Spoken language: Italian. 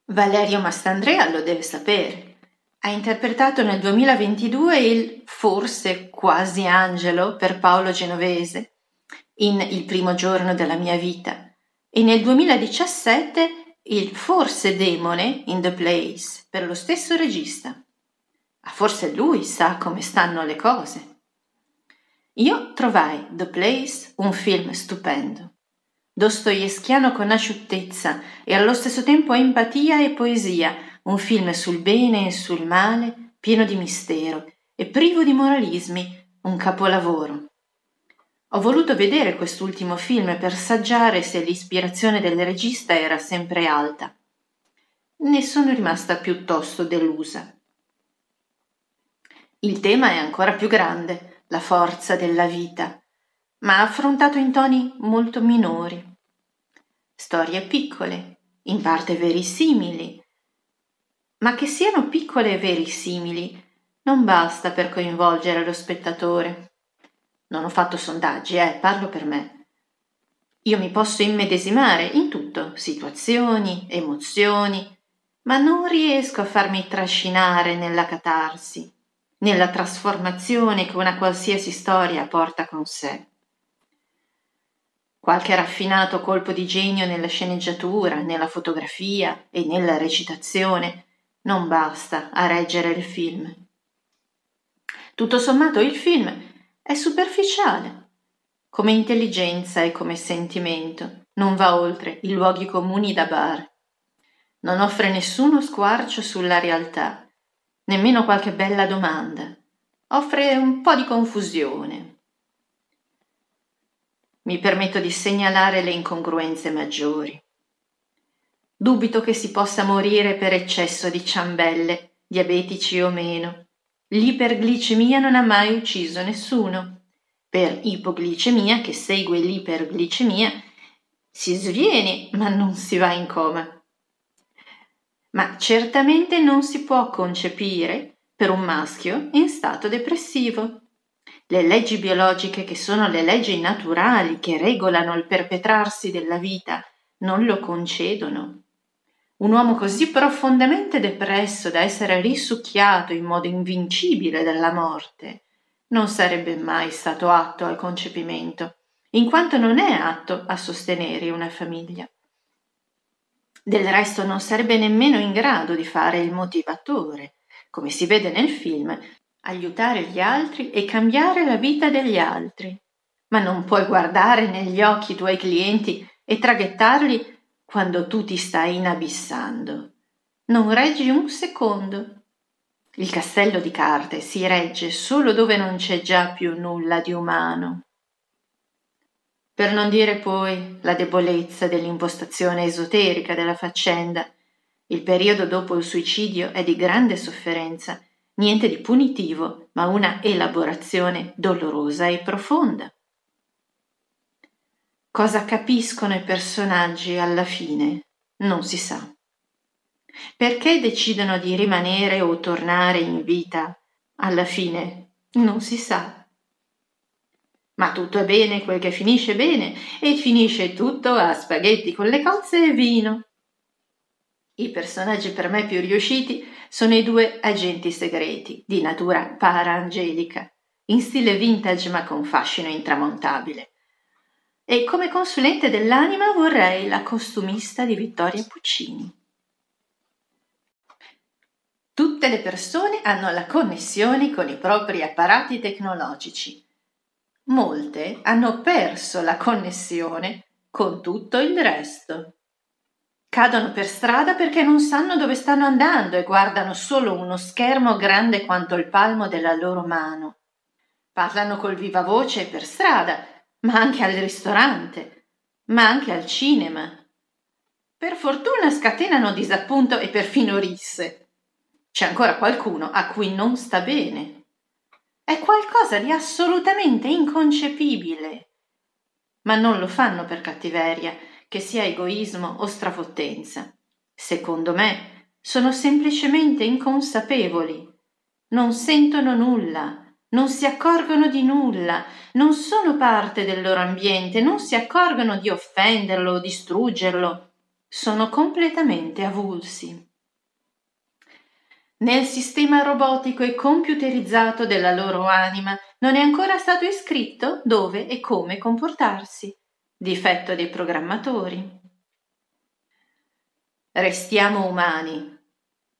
Valerio Mastandrea lo deve sapere. Ha interpretato nel 2022 il forse quasi angelo per Paolo Genovese in Il primo giorno della mia vita e nel 2017 il forse demone in The Place per lo stesso regista. Ma forse lui sa come stanno le cose. Io trovai The Place un film stupendo. Dostoevskiano con asciuttezza e allo stesso tempo empatia e poesia, un film sul bene e sul male, pieno di mistero e privo di moralismi, un capolavoro. Ho voluto vedere quest'ultimo film per saggiare se l'ispirazione del regista era sempre alta. Ne sono rimasta piuttosto delusa. Il tema è ancora più grande, la forza della vita, ma affrontato in toni molto minori. Storie piccole, in parte verosimili, ma che siano piccole e verosimili non basta per coinvolgere lo spettatore. Non ho fatto sondaggi, parlo per me. Io mi posso immedesimare in tutto, situazioni, emozioni, ma non riesco a farmi trascinare nella catarsi, nella trasformazione che una qualsiasi storia porta con sé. Qualche raffinato colpo di genio nella sceneggiatura, nella fotografia e nella recitazione non basta a reggere il film. Tutto sommato il film è superficiale. Come intelligenza e come sentimento non va oltre i luoghi comuni da bar. Non offre nessuno squarcio sulla realtà, nemmeno qualche bella domanda. Offre un po' di confusione. Mi permetto di segnalare le incongruenze maggiori. Dubito che si possa morire per eccesso di ciambelle, diabetici o meno. L'iperglicemia non ha mai ucciso nessuno. Per ipoglicemia, che segue l'iperglicemia, si sviene ma non si va in coma. Ma certamente non si può concepire per un maschio in stato depressivo. Le leggi biologiche, che sono le leggi naturali che regolano il perpetrarsi della vita, non lo concedono. Un uomo così profondamente depresso da essere risucchiato in modo invincibile dalla morte non sarebbe mai stato atto al concepimento, in quanto non è atto a sostenere una famiglia. Del resto non sarebbe nemmeno in grado di fare il motivatore, come si vede nel film, aiutare gli altri e cambiare la vita degli altri. Ma non puoi guardare negli occhi i tuoi clienti e traghettarli quando tu ti stai inabissando. Non reggi un secondo. Il castello di carte si regge solo dove non c'è già più nulla di umano. Per non dire poi la debolezza dell'impostazione esoterica della faccenda. Il periodo dopo il suicidio è di grande sofferenza, niente di punitivo, ma una elaborazione dolorosa e profonda. Cosa capiscono i personaggi alla fine? Non si sa. Perché decidono di rimanere o tornare in vita? Alla fine non si sa. Ma tutto è bene quel che finisce bene, e finisce tutto a spaghetti con le cozze e vino. I personaggi per me più riusciti sono i due agenti segreti, di natura paraangelica, in stile vintage ma con fascino intramontabile. E come consulente dell'anima vorrei la costumista di Vittoria Puccini. Tutte le persone hanno la connessione con i propri apparati tecnologici. Molte hanno perso la connessione con tutto il resto. Cadono per strada perché non sanno dove stanno andando e guardano solo uno schermo grande quanto il palmo della loro mano. Parlano col vivavoce per strada, ma anche al ristorante, ma anche al cinema. Per fortuna scatenano disappunto e perfino risse. C'è ancora qualcuno a cui non sta bene. È qualcosa di assolutamente inconcepibile. Ma non lo fanno per cattiveria, che sia egoismo o strafottenza. Secondo me, sono semplicemente inconsapevoli. Non sentono nulla, non si accorgono di nulla, non sono parte del loro ambiente, non si accorgono di offenderlo o distruggerlo. sono completamente avulsi. Nel sistema robotico e computerizzato della loro anima non è ancora stato iscritto dove e come comportarsi. Difetto dei programmatori. Restiamo umani,